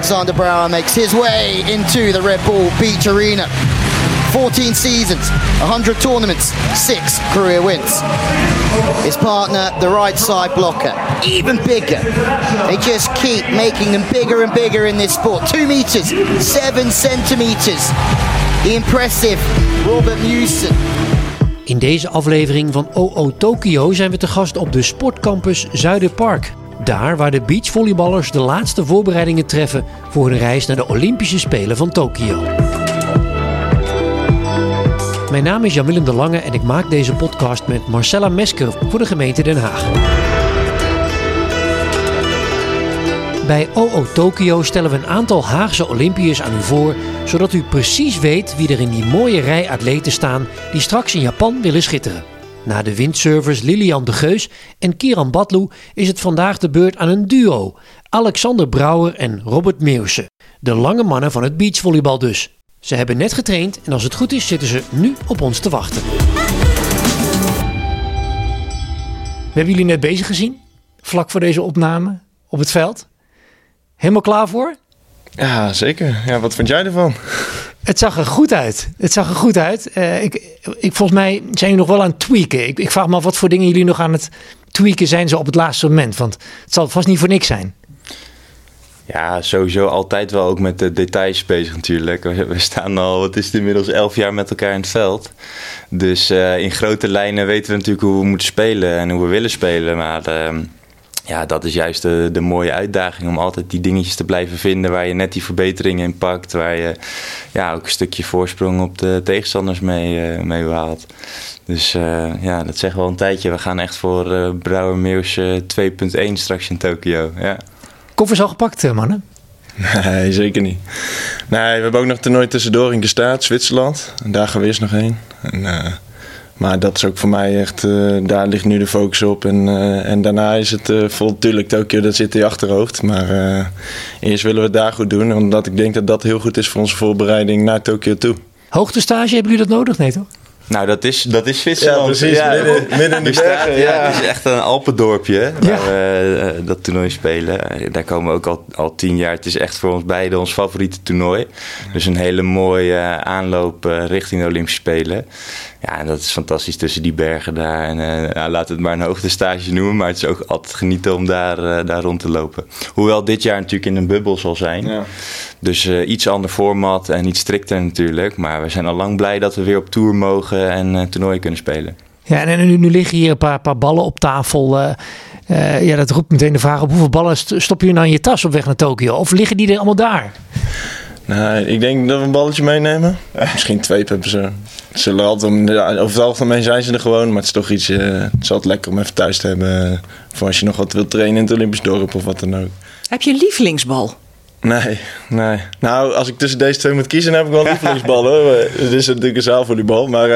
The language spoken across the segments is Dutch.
Alexander Brouwer makes his way into the Red Bull Beach Arena. 14 seasons, 100 tournaments, 6 career wins. His partner, the right side blocker, even bigger. They just keep making them bigger and bigger in this sport. 2 meters, 7 centimeters. The impressive Robert Mewson. In deze aflevering van OO Tokyo zijn we te gast op de sportcampus Zuiderpark. Daar waar de beachvolleyballers de laatste voorbereidingen treffen voor hun reis naar de Olympische Spelen van Tokio. Mijn naam is Jan-Willem de Lange en ik maak deze podcast met Marcella Mesker voor de gemeente Den Haag. Bij OO Tokyo stellen we een aantal Haagse Olympiërs aan u voor, zodat u precies weet wie er in die mooie rij atleten staan die straks in Japan willen schitteren. Na de windsurfers Lilian de Geus en Kieran Batlu is het vandaag de beurt aan een duo. Alexander Brouwer en Robert Mewson. De lange mannen van het beachvolleybal dus. Ze hebben net getraind en als het goed is zitten ze nu op ons te wachten. We hebben jullie net bezig gezien, vlak voor deze opname, op het veld. Helemaal klaar voor? Ja, zeker. Ja, wat vond jij ervan? Het zag er goed uit. Volgens mij zijn jullie nog wel aan het tweaken. Ik vraag me af wat voor dingen jullie nog aan het tweaken zijn zo op het laatste moment. Want het zal vast niet voor niks zijn. Ja, sowieso altijd wel ook met de details bezig natuurlijk. We staan al, wat is het inmiddels, 11 jaar met elkaar in het veld. Dus in grote lijnen weten we natuurlijk hoe we moeten spelen en hoe we willen spelen. Maar ja, dat is juist de mooie uitdaging om altijd die dingetjes te blijven vinden waar je net die verbeteringen in pakt. Waar je ja, ook een stukje voorsprong op de tegenstanders mee behaalt. Dus ja, dat zeggen we al een tijdje. We gaan echt voor Brouwer Mewson 2.1 straks in Tokio. Ja. Koffers al gepakt, mannen? Nee, zeker niet. Nee, we hebben ook nog een toernooi tussendoor in Gstaad, Zwitserland. En daar gaan we eerst nog heen. Maar dat is ook voor mij echt, daar ligt nu de focus op. En daarna is het vol, natuurlijk Tokio, dat zit in je achterhoofd. Maar eerst willen we het daar goed doen. Omdat ik denk dat dat heel goed is voor onze voorbereiding naar Tokio toe. Hoogtestage, hebben jullie dat nodig? Nee toch? Nou, dat is Zwitserland. Ja, precies. Ja, midden in de bergen. Ja, het is echt een Alpendorpje waar we dat toernooi spelen. Daar komen we ook al 10 jaar. Het is echt voor ons beiden ons favoriete toernooi. Dus een hele mooie aanloop richting de Olympische Spelen. Ja, en dat is fantastisch tussen die bergen daar. En laat het maar een hoogtestage noemen. Maar het is ook altijd genieten om daar rond te lopen. Hoewel dit jaar natuurlijk in een bubbel zal zijn. Ja. Dus iets ander format en iets strikter natuurlijk. Maar we zijn al lang blij dat we weer op tour mogen en toernooien kunnen spelen. Ja, en nu liggen hier een paar ballen op tafel. Ja, dat roept meteen de vraag op hoeveel ballen stop je nou in je tas op weg naar Tokio? Of liggen die er allemaal daar? Nou, ik denk dat we een balletje meenemen. Misschien 2 per persoon. Zullen altijd, over het algemeen zijn ze er gewoon. Maar het is toch iets, het is altijd lekker om even thuis te hebben. Voor als je nog wat wilt trainen in het Olympisch dorp of wat dan ook. Heb je een lievelingsbal? Nee. Nou, als ik tussen deze 2 moet kiezen, dan heb ik wel een lievelingsbal hoor. Het is natuurlijk een zaalvolleybal, maar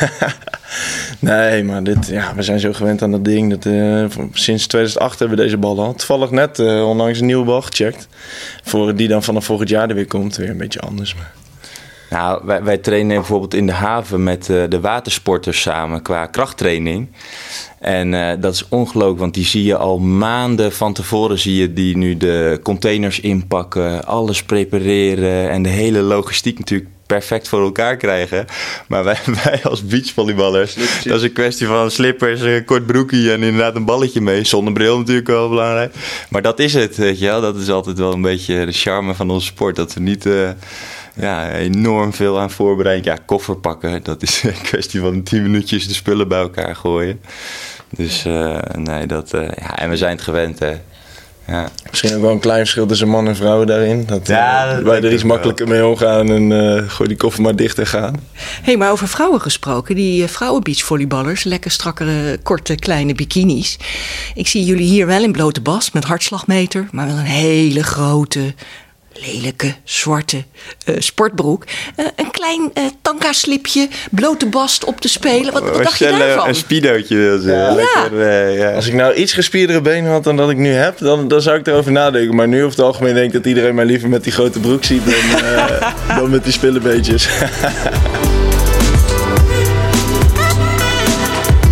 nee, maar we zijn zo gewend aan dat ding. Sinds 2008 hebben we deze bal al. Toevallig net onlangs een nieuwe bal gecheckt. Voor die dan vanaf volgend jaar er weer komt. Weer een beetje anders. Maar. Nou, wij trainen bijvoorbeeld in de haven met de watersporters samen qua krachttraining. En dat is ongelooflijk, want die zie je al maanden van tevoren die nu de containers inpakken, alles prepareren en de hele logistiek natuurlijk perfect voor elkaar krijgen. Maar wij als beachvolleyballers, dat is een kwestie van slippers, een kort broekje en inderdaad een balletje mee. Zonnebril natuurlijk wel belangrijk. Maar dat is het, weet je wel. Dat is altijd wel een beetje de charme van onze sport, dat we niet enorm veel aan voorbereiding. Ja, koffer pakken, dat is een kwestie van 10 minuutjes de spullen bij elkaar gooien. Dus en we zijn het gewend, hè. Ja. Misschien ook wel een klein verschil tussen man en vrouw daarin. Dat wij er iets makkelijker mee omgaan en gooi die koffer maar dicht en gaan. Hey, maar over vrouwen gesproken, die vrouwenbeachvolleyballers, lekker strakkere, korte, kleine bikinis. Ik zie jullie hier wel in blote bast met hartslagmeter, maar wel een hele grote, lelijke, zwarte sportbroek. Een klein tanka-slipje, blote bast op te spelen. Wat dacht je daarvan? Een speedootje wil ze. Ja. Lekker, Als ik nou iets gespierdere benen had dan dat ik nu heb, dan zou ik erover nadenken. Maar nu over het algemeen denk ik dat iedereen mij liever met die grote broek ziet dan met die spillebeetjes.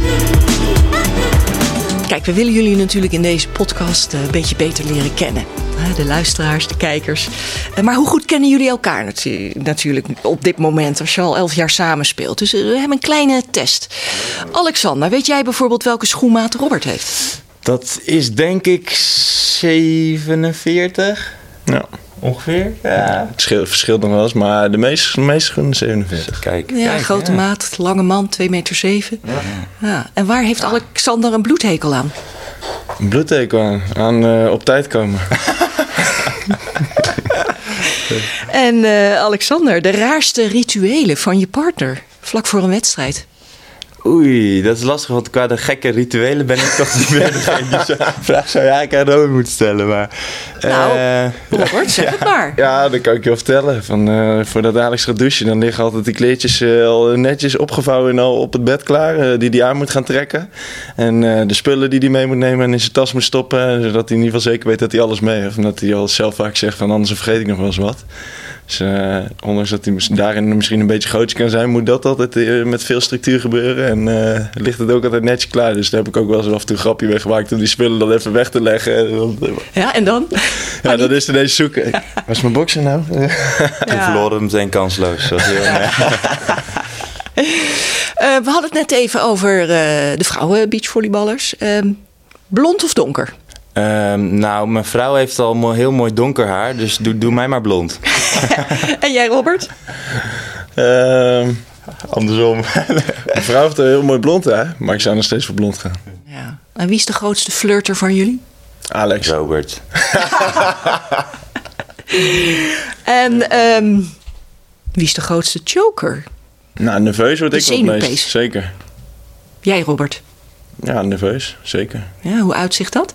Kijk, we willen jullie natuurlijk in deze podcast een beetje beter leren kennen. De luisteraars, de kijkers. Maar hoe goed kennen jullie elkaar natuurlijk op dit moment als je al 11 jaar samenspeelt? Dus we hebben een kleine test. Alexander, weet jij bijvoorbeeld welke schoenmaat Robert heeft? Dat is denk ik 47. Ja. Ongeveer? Ja. Het verschilt nog wel eens, maar de meeste schoenen 47. Kijk. Ja, grote maat, lange man, 2,7 meter. Ja. En waar heeft Alexander een bloedhekel aan? Een bloedhekel aan op tijd komen. En Alexander, de raarste rituelen van je partner vlak voor een wedstrijd? Oei, dat is lastig, want qua de gekke rituelen ben ik toch niet meer degene die zo'n vraag zou je eigenlijk aan Robert moeten stellen. Maar, Robert, zeg het maar. Ja, dat kan ik je wel vertellen. Voordat Alex gaat douchen, dan liggen altijd die kleertjes al netjes opgevouwen en al op het bed klaar. Die hij aan moet gaan trekken. En de spullen die hij mee moet nemen en in zijn tas moet stoppen. Zodat hij in ieder geval zeker weet dat hij alles mee heeft. Omdat hij al zelf vaak zegt van anders vergeet ik nog wel eens wat. Dus ondanks dat hij daarin misschien een beetje grootje kan zijn, moet dat altijd met veel structuur gebeuren. En ligt het ook altijd netjes klaar. Dus daar heb ik ook wel eens af en toe een grapje mee gemaakt om die spullen dan even weg te leggen. Ja, en dan? Ja, dat is ineens zoeken. Waar is mijn boxer nou? Toen verloren hem meteen kansloos. We hadden het net even over de vrouwen beachvolleyballers. Blond of donker? Nou, mijn vrouw heeft al heel mooi donker haar, dus doe mij maar blond. En jij, Robert? Andersom. Mijn vrouw heeft een heel mooi blond haar, maar ik zou nog steeds voor blond gaan. Ja. En wie is de grootste flirter van jullie? Alex. Robert. En wie is de grootste choker? Nou, nerveus word ik wel het meest. zenuwpees. Zeker. Jij, Robert? Ja, nerveus. Zeker. Ja, hoe uitzicht dat?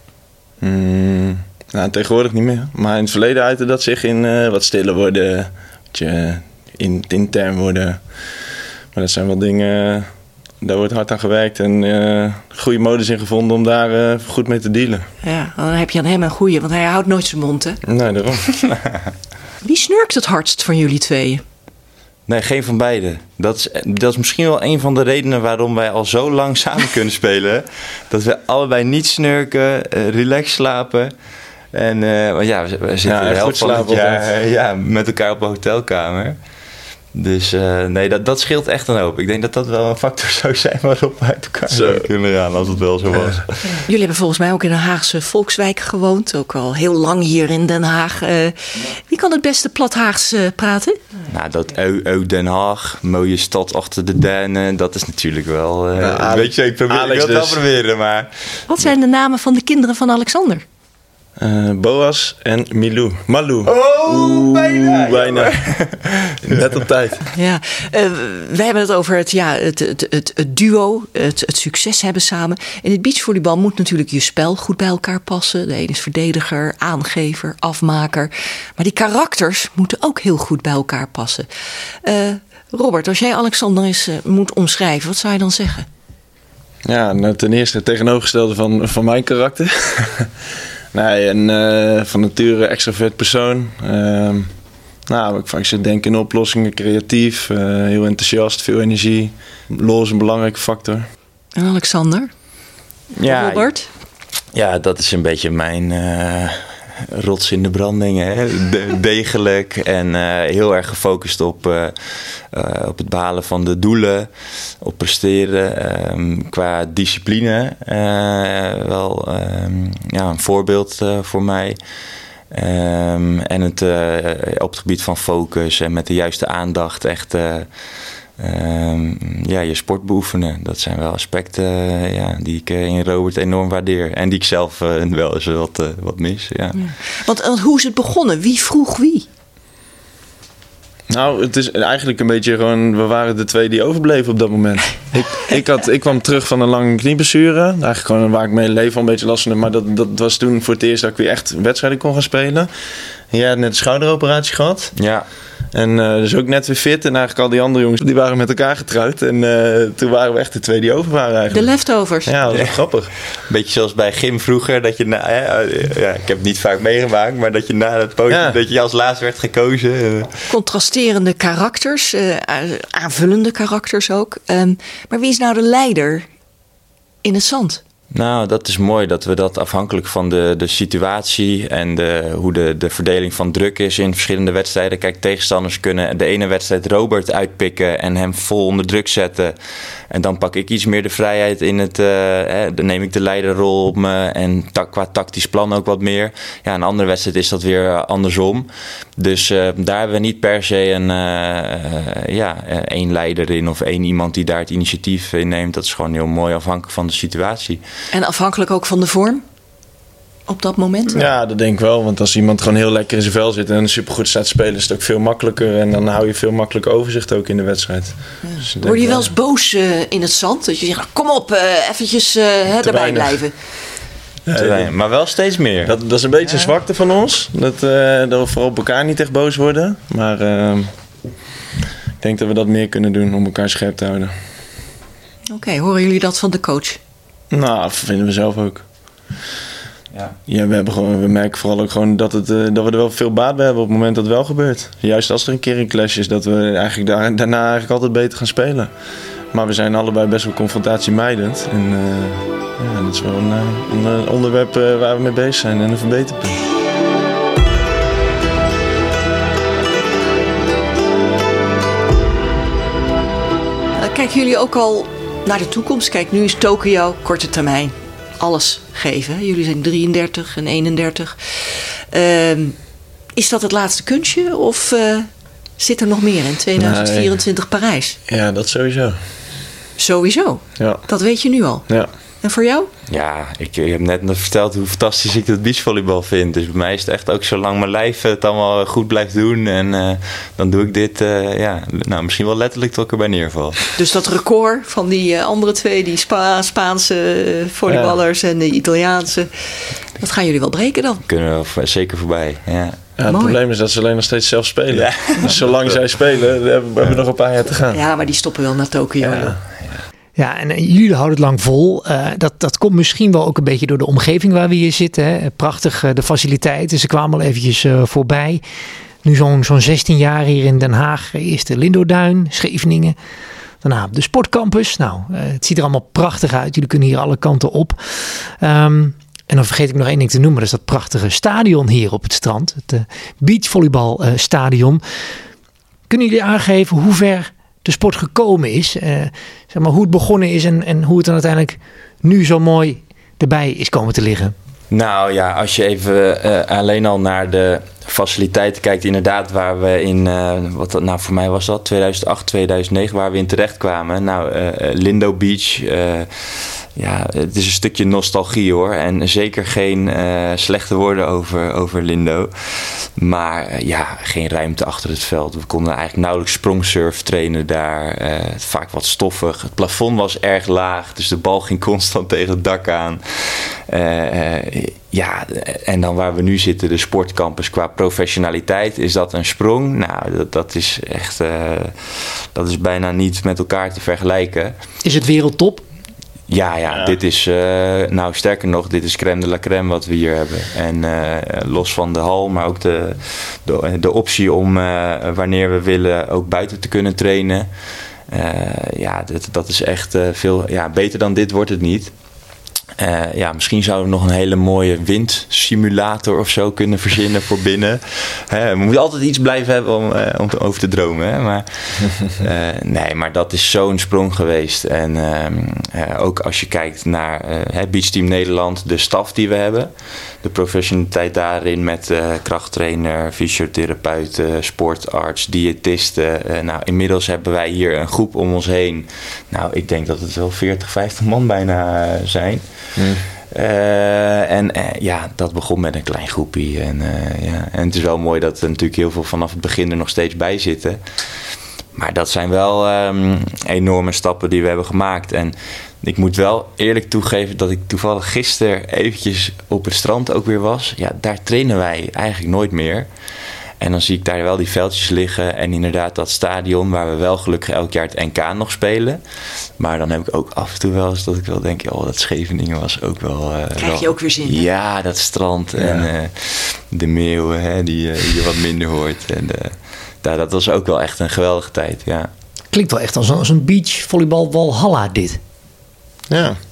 Nou, tegenwoordig niet meer. Maar in het verleden uitte dat zich in wat stiller worden. Intern worden. Maar dat zijn wel dingen, daar wordt hard aan gewerkt. En goede modus in gevonden om daar goed mee te dealen. Ja, dan heb je aan hem een goeie, want hij houdt nooit zijn mond, hè? Nee, daarom. Wie snurkt het hardst van jullie tweeën? Nee, geen van beiden. Dat is misschien wel een van de redenen waarom wij al zo lang samen kunnen spelen. Dat we allebei niet snurken, relaxed slapen. En want ja, we zitten de helft van het jaar met elkaar op een hotelkamer. Dus nee, dat scheelt echt een hoop. Ik denk dat dat wel een factor zou zijn waarop we uit elkaar kunnen gaan, als het wel zo was. Jullie hebben volgens mij ook in een Haagse volkswijk gewoond. Ook al heel lang hier in Den Haag. Wie kan het beste plat Haags praten? Nou, dat Den Haag, mooie stad achter de duinen, dat is natuurlijk wel... weet je, ik probeer het wel proberen, maar... Wat zijn de namen van de kinderen van Alexander? Boas en Milou. Malou. Bijna. Net op tijd. Ja, we hebben het over het duo, het succes hebben samen. In het beachvolleybal moet natuurlijk je spel goed bij elkaar passen. De een is verdediger, aangever, afmaker. Maar die karakters moeten ook heel goed bij elkaar passen. Robert, als jij Alexander eens moet omschrijven, wat zou je dan zeggen? Ja, nou, ten eerste het tegenovergestelde van mijn karakter. Nee, en van nature extravert persoon. Ik zit denken in oplossingen, creatief, heel enthousiast, veel energie. Lol is een belangrijke factor. En Alexander? Ja, Robert? Ja, dat is een beetje mijn rots in de branding. Hè? Degelijk en heel erg gefocust op het behalen van de doelen, op presteren. Qua discipline wel een voorbeeld voor mij. En het op het gebied van focus en met de juiste aandacht echt je sport beoefenen. Dat zijn wel aspecten die ik in Robert enorm waardeer. En die ik zelf wel eens wat mis. Ja. Ja. Want hoe is het begonnen? Wie vroeg wie? Nou, het is eigenlijk een beetje gewoon... We waren de twee die overbleven op dat moment. Ik kwam terug van een lange knieblessure. Eigenlijk gewoon waar ik mijn leven al een beetje last van. Maar dat was toen voor het eerst dat ik weer echt wedstrijden kon gaan spelen. Jij had net een schouderoperatie gehad. Ja. En dus ook net weer fit. En eigenlijk al die andere jongens, die waren met elkaar getrouwd. En toen waren we echt de twee die over waren eigenlijk. De leftovers. Ja, dat was grappig. Beetje zoals bij gym vroeger. Dat je ik heb het niet vaak meegemaakt. Maar dat je na het podium, dat je als laatste werd gekozen. Contrasterende karakters. Aanvullende karakters ook. Maar wie is nou de leider in het zand? Nou, dat is mooi dat we dat afhankelijk van de situatie en hoe de verdeling van druk is in verschillende wedstrijden. Kijk, tegenstanders kunnen de ene wedstrijd Robert uitpikken en hem vol onder druk zetten. En dan pak ik iets meer de vrijheid in dan neem ik de leiderrol op me en qua tactisch plan ook wat meer. Ja, een andere wedstrijd is dat weer andersom. Dus daar hebben we niet per se één leider in of één iemand die daar het initiatief in neemt. Dat is gewoon heel mooi afhankelijk van de situatie. En afhankelijk ook van de vorm? Op dat moment? Ja, dat denk ik wel. Want als iemand gewoon heel lekker in zijn vel zit en supergoed staat te spelen, is het ook veel makkelijker. En dan hou je veel makkelijker overzicht ook in de wedstrijd. Ja. Dus word je wel eens boos in het zand? Dat je zegt, kom op, eventjes erbij blijven. Ja, maar wel steeds meer. Dat is een beetje een zwakte van ons. Dat we vooral op elkaar niet echt boos worden. Maar ik denk dat we dat meer kunnen doen om elkaar scherp te houden. Oké, horen jullie dat van de coach? Nou, vinden we zelf ook. Ja, we merken vooral ook gewoon dat we er wel veel baat bij hebben op het moment dat het wel gebeurt. Juist als er een keer een clash is, dat we eigenlijk daarna eigenlijk altijd beter gaan spelen. Maar we zijn allebei best wel confrontatiemijdend. En dat is wel een onderwerp waar we mee bezig zijn en een verbeterpunt. Kijken jullie ook al naar de toekomst? Kijk, nu is Tokio korte termijn. Alles geven. Jullie zijn 33 en 31. Is dat het laatste kunstje? Of zit er nog meer in 2024 Parijs? Ja, dat sowieso. Sowieso? Ja. Dat weet je nu al? Ja. En voor jou? Ja, ik heb net verteld hoe fantastisch ik het beachvolleybal vind. Dus bij mij is het echt ook zolang mijn lijf het allemaal goed blijft doen. En dan doe ik dit, misschien wel letterlijk tot ik erbij neerval. Dus dat record van die andere twee, die Spaanse volleyballers en de Italiaanse, dat gaan jullie wel breken dan? Kunnen we zeker voorbij, ja. Ja, het probleem is dat ze alleen nog steeds zelf spelen. Ja. Dus zolang zij spelen, hebben we nog een paar jaar te gaan. Ja, maar die stoppen wel naar Tokio. Ja, en jullie houden het lang vol. Dat komt misschien wel ook een beetje door de omgeving waar we hier zitten. Hè. Prachtig, de faciliteiten. Ze kwamen al eventjes voorbij. Nu zo'n 16 jaar hier in Den Haag. Eerst de Lindoduin, Scheveningen. Daarna de sportcampus. Nou, het ziet er allemaal prachtig uit. Jullie kunnen hier alle kanten op. En dan vergeet ik nog één ding te noemen. Dat is dat prachtige stadion hier op het strand. Het beachvolleybalstadion. Kunnen jullie aangeven hoe ver de sport gekomen is? Zeg maar hoe het begonnen is en hoe het dan uiteindelijk nu zo mooi erbij is komen te liggen? Nou ja, als je even alleen al naar de faciliteiten kijkt, inderdaad, waar we in, voor mij was dat 2008, 2009, waar we in terecht kwamen. Nou, Lindo Beach. Het is een stukje nostalgie hoor. En zeker geen slechte woorden over Lindo. Maar geen ruimte achter het veld. We konden eigenlijk nauwelijks sprongsurf trainen daar. Vaak wat stoffig. Het plafond was erg laag. Dus de bal ging constant tegen het dak aan. En dan waar we nu zitten, de sportcampus, qua professionaliteit, is dat een sprong. Nou, dat is echt, dat is bijna niet met elkaar te vergelijken. Is het wereldtop? Ja, dit is, sterker nog, dit is crème de la crème wat we hier hebben. En los van de hal, maar ook de optie om wanneer we willen ook buiten te kunnen trainen. Dat is echt veel beter dan dit wordt het niet. Misschien zouden we nog een hele mooie windsimulator of zo kunnen verzinnen voor binnen. We moeten altijd iets blijven hebben om over te dromen. Hè? Maar, maar dat is zo'n sprong geweest. En ook als je kijkt naar Beach Team Nederland, de staf die we hebben. De professionaliteit daarin met krachttrainer, fysiotherapeut, sportarts, diëtisten. Inmiddels hebben wij hier een groep om ons heen. Nou, ik denk dat het wel 40, 50 man bijna zijn. Dat begon met een klein groepje. En het is wel mooi dat er natuurlijk heel veel vanaf het begin er nog steeds bij zitten. Maar dat zijn wel enorme stappen die we hebben gemaakt. En ik moet wel eerlijk toegeven dat ik toevallig gisteren eventjes op het strand ook weer was. Ja, daar trainen wij eigenlijk nooit meer. En dan zie ik daar wel die veldjes liggen. En inderdaad dat stadion waar we wel gelukkig elk jaar het NK nog spelen. Maar dan heb ik ook af en toe wel eens dat ik wel denk, dat Scheveningen was ook wel... Krijg je ook weer zin, hè? Ja, dat strand en de meeuwen die je wat minder hoort. En dat was ook wel echt een geweldige tijd, ja. Klinkt wel echt als een beachvolleybal Walhalla dit. Ja.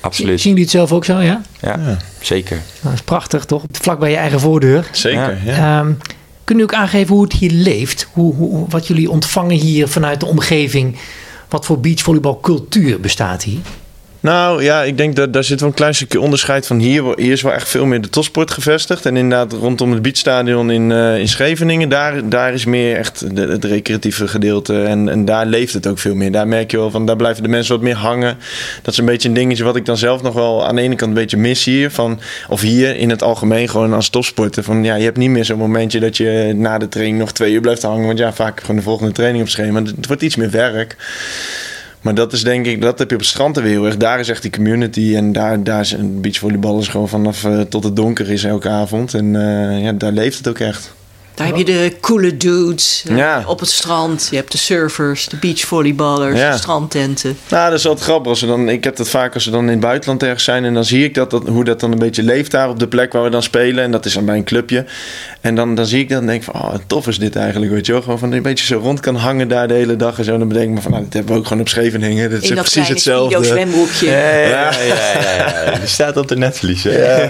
absoluut. Zien jullie het zelf ook zo, ja? Ja, zeker. Nou, dat is prachtig, toch? Vlak bij je eigen voordeur. Zeker, Kunnen jullie ook aangeven hoe het hier leeft? Wat jullie ontvangen hier vanuit de omgeving? Wat voor beachvolleybalcultuur bestaat hier? Nou ja, ik denk dat daar zit wel een klein stukje onderscheid van hier. Hier is wel echt veel meer de topsport gevestigd. En inderdaad rondom het beachstadion in Scheveningen, daar is meer echt het recreatieve gedeelte. En daar leeft het ook veel meer. Daar merk je wel van, daar blijven de mensen wat meer hangen. Dat is een beetje een dingetje wat ik dan zelf nog wel aan de ene kant een beetje mis hier. Of hier in het algemeen gewoon als topsporter. Van ja, je hebt niet meer zo'n momentje dat je na de training nog 2 uur blijft hangen. Want ja, vaak gewoon de volgende training op schema. Het wordt iets meer werk. Maar dat is denk ik, dat heb je op het strand er weer heel erg. Daar is echt die community en daar is een beachvolleybal is gewoon vanaf tot het donker is elke avond. En daar leeft het ook echt. Daar heb je de coole dudes op het strand. Je hebt de surfers, de beachvolleyballers, de strandtenten. Nou, dat is altijd grappig. Ik heb dat vaak als we dan in het buitenland ergens zijn. En dan zie ik hoe dat dan een beetje leeft daar op de plek waar we dan spelen. En dat is dan bij een clubje. En dan zie ik dat en denk van, oh, tof is dit eigenlijk, weet je wel. Gewoon van een beetje zo rond kan hangen daar de hele dag en zo. Dan bedenk ik me van, dit hebben we ook gewoon op Scheveningen. Dat is in dat precies hetzelfde. In dat kleine zwembroekje. Ja. Die staat op de netvlies. Ja.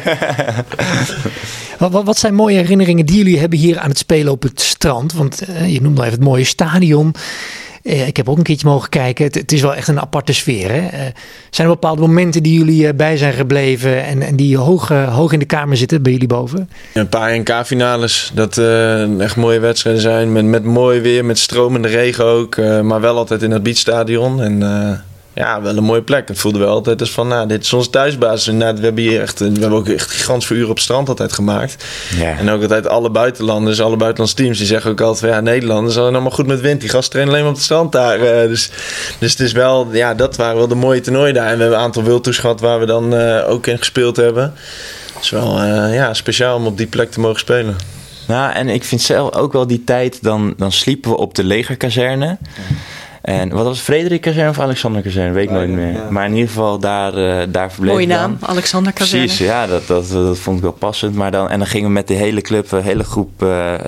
Wat zijn mooie herinneringen die jullie hebben hier aan het spelen op het strand? Want je noemde al even het mooie stadion. Ik heb ook een keertje mogen kijken. Het is wel echt een aparte sfeer. Hè? Zijn er bepaalde momenten die jullie bij zijn gebleven en die hoog in de kamer zitten bij jullie boven? Een paar NK-finales. Dat echt mooie wedstrijden zijn. Met mooi weer, met stromende regen ook. Maar wel altijd in het beachstadion. En ja, wel een mooie plek. Het voelde wel altijd dus van, dit is onze thuisbasis. We hebben hier we hebben ook echt gigantisch veel uren op het strand altijd gemaakt. Ja. En ook altijd alle buitenlandse teams, die zeggen ook altijd van, Nederlanders zijn allemaal goed met wind. Die gasten trainen alleen maar op het strand daar. Dus het is wel, dat waren wel de mooie toernooien daar. En we hebben een aantal World Tours gehad waar we dan ook in gespeeld hebben. Het is wel speciaal om op die plek te mogen spelen. Nou, en ik vind zelf ook wel die tijd, dan sliepen we op de legerkazerne. En wat was het, Frederik-kazerne of Alexander-kazerne? Weet ik nooit meer. Ja. Maar in ieder geval daar verbleef mooie naam, Alexander-kazerne. Precies, ja, dat vond ik wel passend. Maar dan gingen we met de hele club, een hele groep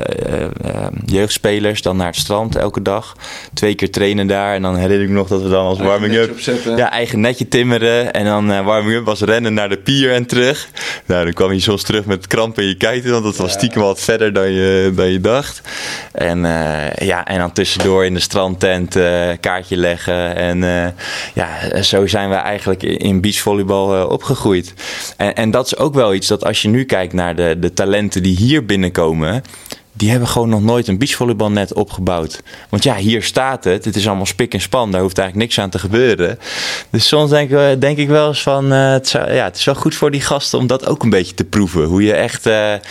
jeugdspelers dan naar het strand elke dag. 2 keer trainen daar. En dan herinner ik me nog dat we dan als warming-up eigen netje timmeren. En dan warming-up was rennen naar de pier en terug. Nou, dan kwam je soms terug met kramp in je kuiten, want dat was stiekem wat verder dan je dacht. En dan tussendoor in de strandtent kaartje leggen. En zo zijn we eigenlijk in beachvolleybal opgegroeid. En dat is ook wel iets dat als je nu kijkt naar de talenten die hier binnenkomen, die hebben gewoon nog nooit een beachvolleybalnet opgebouwd. Want ja, hier staat het. Het is allemaal spik en span. Daar hoeft eigenlijk niks aan te gebeuren. Dus soms denk ik wel eens van, het is wel goed voor die gasten om dat ook een beetje te proeven. Hoe je echt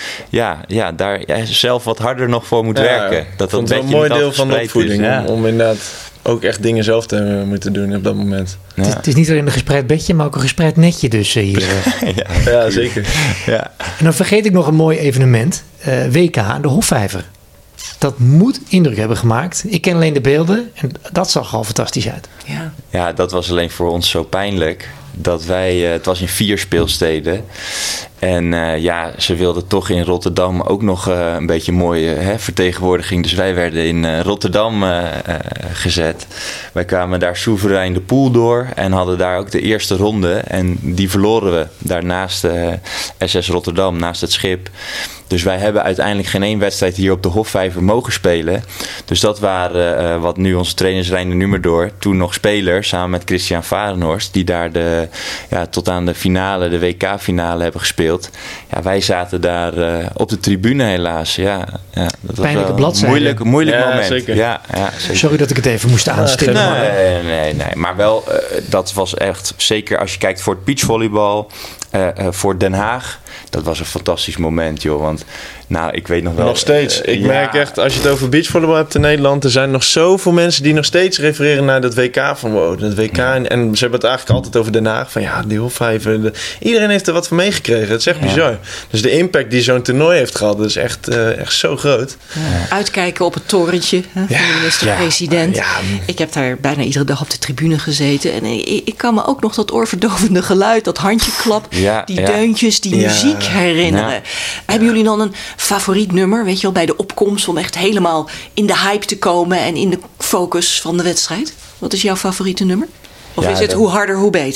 daar zelf wat harder nog voor moet werken. Dat is een mooi deel van de opvoeding. Om inderdaad ook echt dingen zelf te moeten doen op dat moment. Ja. Het is niet alleen een gespreid bedje, maar ook een gespreid netje dus hier. Ja, zeker. Ja. En dan vergeet ik nog een mooi evenement. WK aan de Hofvijver. Dat moet indruk hebben gemaakt. Ik ken alleen de beelden en dat zag al fantastisch uit. Ja, dat was alleen voor ons zo pijnlijk. Dat het was in 4 speelsteden. En ze wilden toch in Rotterdam ook nog een beetje mooie vertegenwoordiging. Dus wij werden in Rotterdam gezet. Wij kwamen daar soeverein de pool door en hadden daar ook de eerste ronde. En die verloren we daar naast SS Rotterdam, naast het schip. Dus wij hebben uiteindelijk geen 1 wedstrijd hier op de Hofvijver mogen spelen. Dus dat waren wat nu onze trainers Reiner Nummerdor, toen nog speler, samen met Christian Varenhorst, die daar tot aan de finale, de WK-finale hebben gespeeld. Ja, wij zaten daar op de tribune helaas. Ja, dat was pijnlijke bladzijde. Moeilijk moment. Zeker. Ja, zeker. Sorry dat ik het even moest aanstellen. Nee. Maar wel, dat was echt, zeker als je kijkt voor het beachvolleybal, voor Den Haag. Dat was een fantastisch moment, joh. Want, ik weet nog wel. Nog steeds. Ik merk echt, als je het over beachvolleybal hebt in Nederland, er zijn nog zoveel mensen die nog steeds refereren naar dat WK van wow, dat WK. Ja. En ze hebben het eigenlijk altijd over Den Haag. Van die Hofvijver. Iedereen heeft er wat van meegekregen. Het is echt bizar. Dus de impact die zo'n toernooi heeft gehad, dat is echt zo groot. Ja. Uitkijken op het torentje van de minister-president. Ja. Ik heb daar bijna iedere dag op de tribune gezeten. En ik kan me ook nog dat oorverdovende geluid, dat handjeklap, die deuntjes, die muziek herinneren. Ja. Hebben jullie dan een favoriet nummer, weet je wel, bij de opkomst om echt helemaal in de hype te komen en in de focus van de wedstrijd? Wat is jouw favoriete nummer? Of is het hoe harder, hoe beter?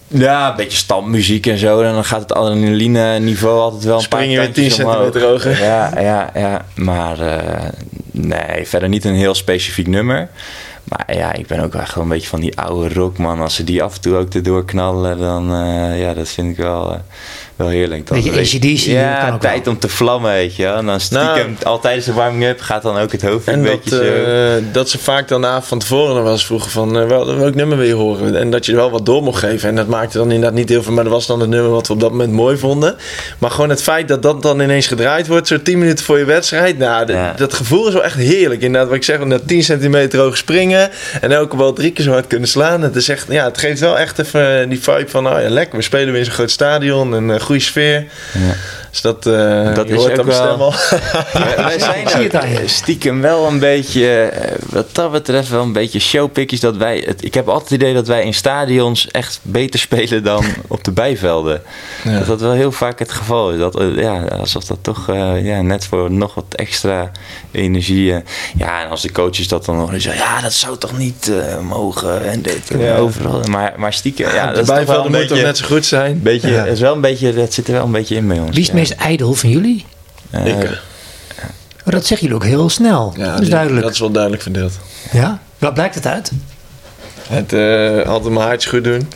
Ja, een beetje standmuziek en zo. En dan gaat het adrenaline niveau altijd wel een paar Spring je weer 10 centimeter hoger. Ja. Maar nee, verder niet een heel specifiek nummer. Maar ja, ik ben ook wel gewoon een beetje van die oude rock, man. Als ze die af en toe ook erdoor knallen, dan dat vind ik wel heerlijk. Beetje AC/DC. Ja, kan ook tijd wel. om te vlammen, weet je wel. En dan stiekem, al tijdens de warming-up gaat dan ook het hoofd En een beetje zo. dat ze vaak dan de avond van tevoren nog wel eens vroegen van welk nummer wil je horen? En dat je er wel wat door mocht geven. En dat maakte dan inderdaad niet heel veel, maar dat was dan het nummer wat we op dat moment mooi vonden. Maar gewoon het feit dat dat dan ineens gedraaid wordt, zo 10 minuten voor je wedstrijd. Nou, dat gevoel is wel echt heerlijk. Inderdaad, wat ik zeg, naar 10 centimeter hoog springen en elke bal 3 keer zo hard kunnen slaan. Het is echt, het geeft wel echt even die vibe van, lekker, we spelen weer in zo'n groot stadion en een goede sfeer. Ja. Dus dat is hoort ook op de stem al. Wij zijn zie het ook aan je. stiekem wel een beetje, wat dat betreft, wel een beetje showpickies. Ik heb altijd het idee dat wij in stadions echt beter spelen dan op de bijvelden. Ja. Dat wel heel vaak het geval is. Alsof dat toch net voor nog wat extra energie. En als de coaches dat dan nog eens zeggen, dat zou toch niet mogen en dit en overal. Maar stiekem, dat De is toch wel bijvelden een moeten toch beetje, net zo goed zijn. het is wel een beetje, dat zit er wel een beetje in bij ons. Wie is het meest ijdel van jullie? Dat zeggen jullie ook heel snel. Ja, dat is duidelijk. Dat is wel duidelijk verdeeld. Ja? Wat blijkt het uit? Het altijd mijn haartjes goed doen.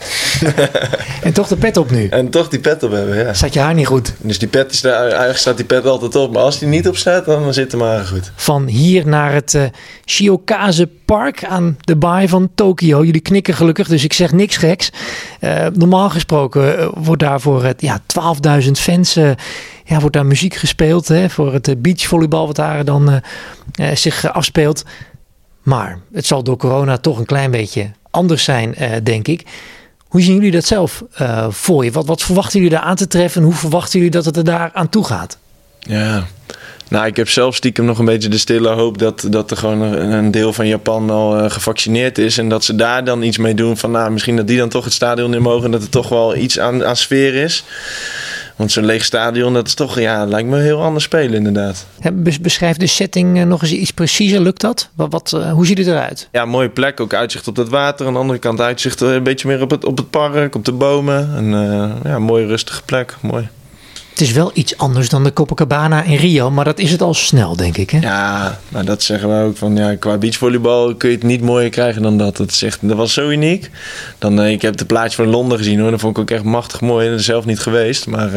En toch de pet op nu. En toch die pet op hebben, ja. Staat je haar niet goed? Dus die pet eigenlijk staat die pet altijd op. Maar als die niet op staat, dan zit de maar goed. Van hier naar het Shiokaze Park aan de baai van Tokio. Jullie knikken gelukkig, dus ik zeg niks geks. Normaal gesproken wordt daar voor 12.000 fans wordt daar muziek gespeeld. Voor het beachvolleybal wat daar dan zich afspeelt. Maar het zal door corona toch een klein beetje anders zijn, denk ik. Hoe zien jullie dat zelf voor je? Wat verwachten jullie daar aan te treffen? En hoe verwachten jullie dat het er daar aan toe gaat? Ja, nou, ik heb zelf stiekem nog een beetje de stille hoop dat er gewoon een deel van Japan al gevaccineerd is. En dat ze daar dan iets mee doen van, misschien dat die dan toch het stadion in mogen. En dat er toch wel iets aan sfeer is. Want zo'n leeg stadion, dat is toch, lijkt me heel anders spelen inderdaad. Beschrijf de setting nog eens iets preciezer, lukt dat? Hoe ziet het eruit? Ja, mooie plek, ook uitzicht op het water. Aan de andere kant uitzicht een beetje meer op het park, op de bomen. Een mooie rustige plek, mooi. Het is wel iets anders dan de Copacabana in Rio, maar dat is het al snel, denk ik. Hè? Ja, maar dat zeggen we ook van, qua beachvolleybal kun je het niet mooier krijgen dan dat. Dat was zo uniek. Ik heb de plaatje van Londen gezien, hoor. Dat vond ik ook echt machtig mooi. Ik ben er zelf niet geweest, maar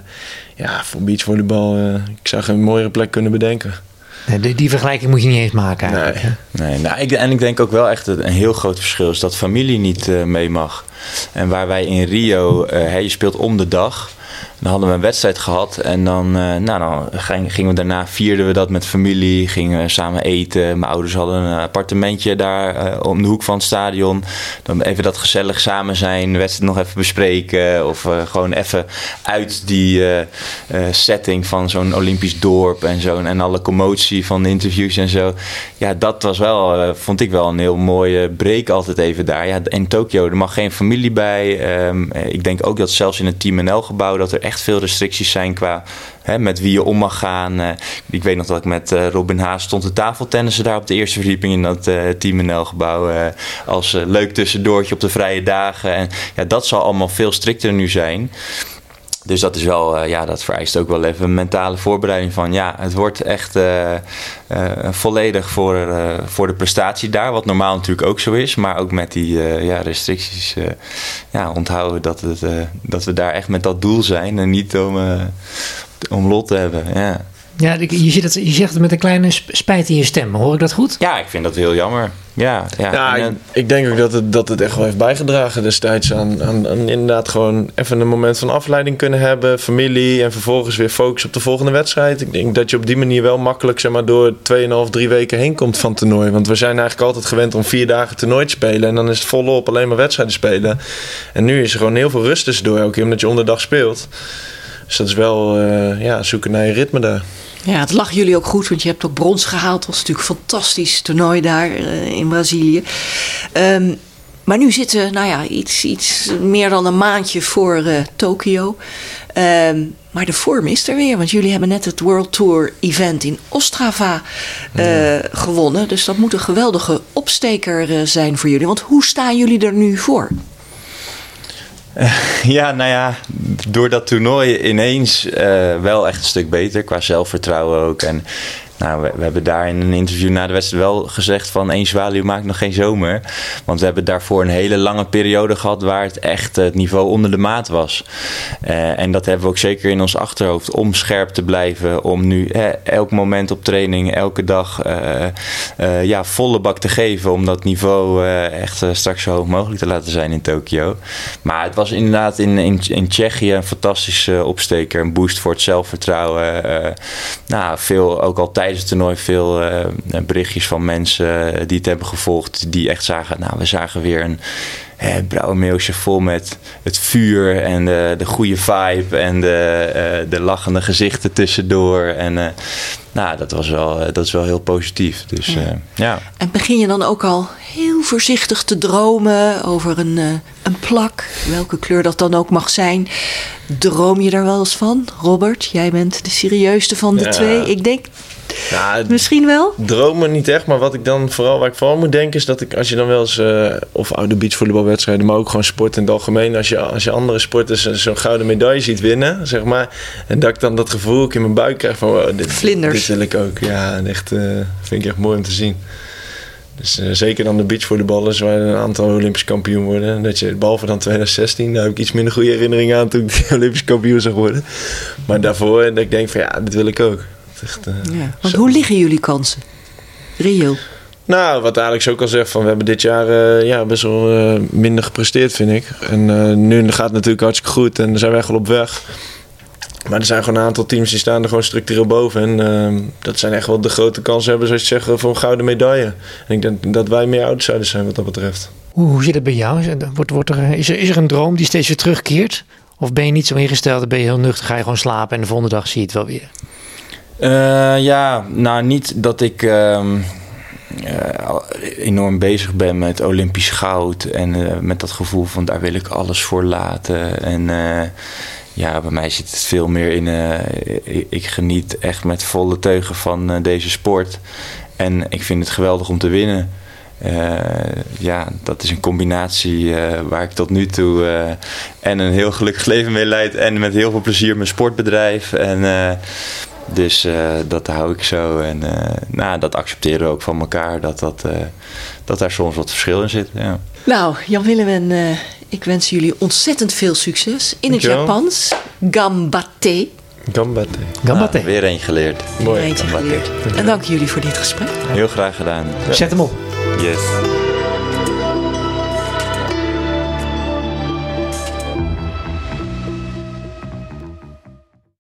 voor beachvolleybal, ik zou geen mooiere plek kunnen bedenken. Nee, die vergelijking moet je niet eens maken eigenlijk. Nee, ik denk ook wel echt een heel groot verschil is dat familie niet mee mag. En waar wij in Rio, je speelt om de dag. Dan hadden we een wedstrijd gehad en dan gingen we daarna, vierden we dat met familie, gingen we samen eten. Mijn ouders hadden een appartementje daar om de hoek van het stadion. Dan even dat gezellig samen zijn, de wedstrijd nog even bespreken of gewoon even uit die setting van zo'n Olympisch dorp en zo en alle commotie van de interviews en zo. Ja, dat was wel, vond ik wel een heel mooie break altijd even daar. Ja, in Tokio, er mag geen familie bij. Ik denk ook dat zelfs in het Team NL gebouw dat er echt veel restricties zijn qua met wie je om mag gaan. Ik weet nog dat ik met Robin Haas stond te tafeltennissen daar op de eerste verdieping in dat Team NL gebouw. Als leuk tussendoortje op de vrije dagen. En dat zal allemaal veel strikter nu zijn. Dus dat is wel, dat vereist ook wel even een mentale voorbereiding van, het wordt echt volledig voor de prestatie daar, wat normaal natuurlijk ook zo is, maar ook met die restricties onthouden dat we daar echt met dat doel zijn en niet om lol te hebben, ja. Ja, je zegt het met een kleine spijt in je stem. Hoor ik dat goed? Ja, ik vind dat heel jammer. Ja, ik denk ook dat het echt wel heeft bijgedragen destijds aan inderdaad gewoon even een moment van afleiding kunnen hebben, familie en vervolgens weer focus op de volgende wedstrijd. Ik denk dat je op die manier wel makkelijk door 2,5-3 weken heen komt van het toernooi. Want we zijn eigenlijk altijd gewend om 4 dagen toernooi te spelen en dan is het volop alleen maar wedstrijden spelen. En nu is er gewoon heel veel rust tussendoor elke keer omdat je onderdag speelt. Dus dat is wel zoeken naar je ritme daar. Ja, het lag jullie ook goed, want je hebt ook brons gehaald. Dat was natuurlijk een fantastisch toernooi daar in Brazilië. Maar nu zitten iets meer dan een maandje voor Tokio. Maar de vorm is er weer, want jullie hebben net het World Tour event in Ostrava gewonnen. Dus dat moet een geweldige opsteker zijn voor jullie. Want hoe staan jullie er nu voor? Ja, nou ja, door dat toernooi ineens wel echt een stuk beter. Qua zelfvertrouwen ook. En nou, we hebben daar in een interview na de wedstrijd wel gezegd van 1 zwaluw maakt nog geen zomer. Want we hebben daarvoor een hele lange periode gehad waar het echt het niveau onder de maat was. En dat hebben we ook zeker in ons achterhoofd om scherp te blijven. Om nu elk moment op training, elke dag volle bak te geven. Om dat niveau echt straks zo hoog mogelijk te laten zijn in Tokio. Maar het was inderdaad in Tsjechië een fantastische opsteker. Een boost voor het zelfvertrouwen. Veel ook al tijdens het toernooi veel berichtjes van mensen die het hebben gevolgd. Die echt zagen, we zagen weer een blauwe mailtje vol met het vuur en de goede vibe en de lachende gezichten tussendoor. En dat is wel heel positief. Dus, ja. En begin je dan ook al heel voorzichtig te dromen over een plak, welke kleur dat dan ook mag zijn? Droom je daar wel eens van? Robert, jij bent de serieuste van de twee. Ik denk misschien wel. Dromen niet echt, maar waar ik vooral moet denken is dat als je dan wel eens of oude beachvolleybalwedstrijden, maar ook gewoon sport in het algemeen, als je andere sporters zo'n gouden medaille ziet winnen, zeg maar, en dat ik dan dat gevoel ook in mijn buik krijg van dit wil ik ook. Ja, echt vind ik echt mooi om te zien. Dus zeker dan de beachvolleyballers waar een aantal Olympisch kampioen worden. Dat je, behalve dan 2016, daar heb ik iets minder goede herinneringen aan toen ik Olympisch kampioen zag worden. Maar daarvoor dat ik denk van dit wil ik ook. Want hoe liggen jullie kansen? Rio? Nou, wat Alex ook al zegt, we hebben dit jaar best wel minder gepresteerd, vind ik. En nu gaat het natuurlijk hartstikke goed en daar zijn we echt wel op weg. Maar er zijn gewoon een aantal teams die staan er gewoon structureel boven. En dat zijn echt wel de grote kansen hebben, zoals je zegt, voor een gouden medaille. En ik denk dat wij meer outsiders zijn wat dat betreft. Hoe zit het bij jou? Is er een droom die steeds weer terugkeert? Of ben je niet zo ingesteld, dan ben je heel nuchter, ga je gewoon slapen en de volgende dag zie je het wel weer? Niet dat ik enorm bezig ben met Olympisch goud en met dat gevoel van daar wil ik alles voor laten. En bij mij zit het veel meer in, ik geniet echt met volle teugen van deze sport. En ik vind het geweldig om te winnen. Dat is een combinatie waar ik tot nu toe en een heel gelukkig leven mee leid en met heel veel plezier mijn sportbedrijf. En dus dat hou ik zo. En dat accepteren we ook van elkaar. Dat daar soms wat verschil in zit. Ja. Nou, Jan-Willem en ik wens jullie ontzettend veel succes. In het Japans. Gambatte. Gambatte. Weer één geleerd. Mooi. En dank jullie voor dit gesprek. Heel graag gedaan. Zet hem op. Yes.